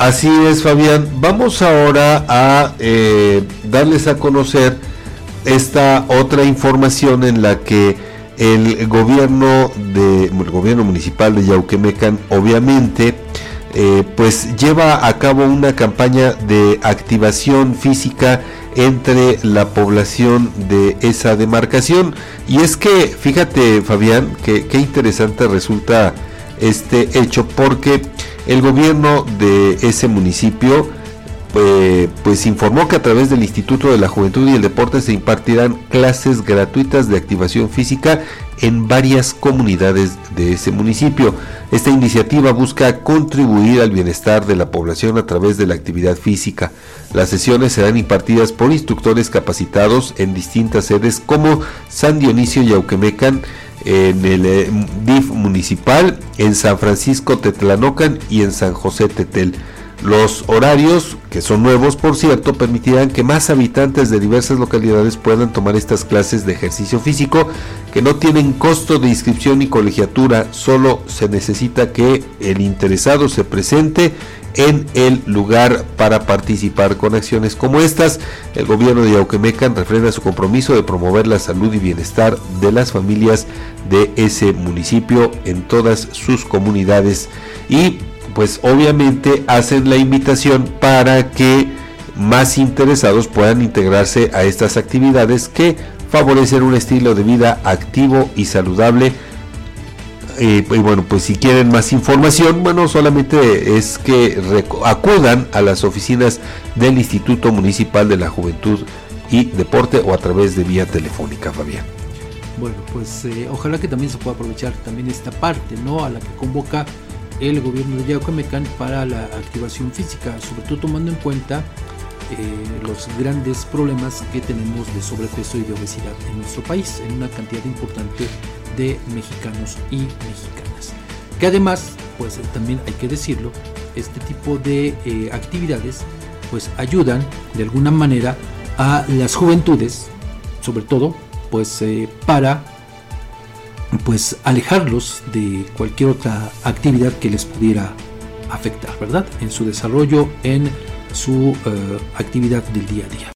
Así es, Fabián. Vamos ahora a darles a conocer esta otra información en la que el gobierno municipal de Yauquemecan, obviamente, pues lleva a cabo una campaña de activación física entre la población de esa demarcación. Y es que, fíjate, Fabián, que qué interesante resulta este hecho, porque el gobierno de ese municipio pues informó que a través del Instituto de la Juventud y el Deporte se impartirán clases gratuitas de activación física en varias comunidades de ese municipio. Esta iniciativa busca contribuir al bienestar de la población a través de la actividad física. Las sesiones serán impartidas por instructores capacitados en distintas sedes como San Dionisio Yauquemecan, en el DIF municipal, en San Francisco Tetlanocan y en San José Tetel. Los horarios, que son nuevos por cierto, permitirán que más habitantes de diversas localidades puedan tomar estas clases de ejercicio físico, que no tienen costo de inscripción ni colegiatura. Solo se necesita que el interesado se presente en el lugar para participar. Con acciones como estas, el gobierno de Yauquemecan refrenda su compromiso de promover la salud y bienestar de las familias de ese municipio en todas sus comunidades, y pues obviamente hacen la invitación para que más interesados puedan integrarse a estas actividades que favorecen un estilo de vida activo y saludable. Y bueno, pues si quieren más información, bueno, solamente es que acudan a las oficinas del Instituto Municipal de la Juventud y Deporte o a través de vía telefónica, Fabián. Bueno, pues ojalá que también se pueda aprovechar también esta parte, ¿no?, a la que convoca el gobierno de Yauquemecan para la activación física, sobre todo tomando en cuenta los grandes problemas que tenemos de sobrepeso y de obesidad en nuestro país, en una cantidad importante de mexicanos y mexicanas, que además, pues también hay que decirlo, este tipo de actividades pues ayudan de alguna manera a las juventudes, sobre todo pues para pues alejarlos de cualquier otra actividad que les pudiera afectar, ¿verdad?, en su desarrollo, en su actividad del día a día.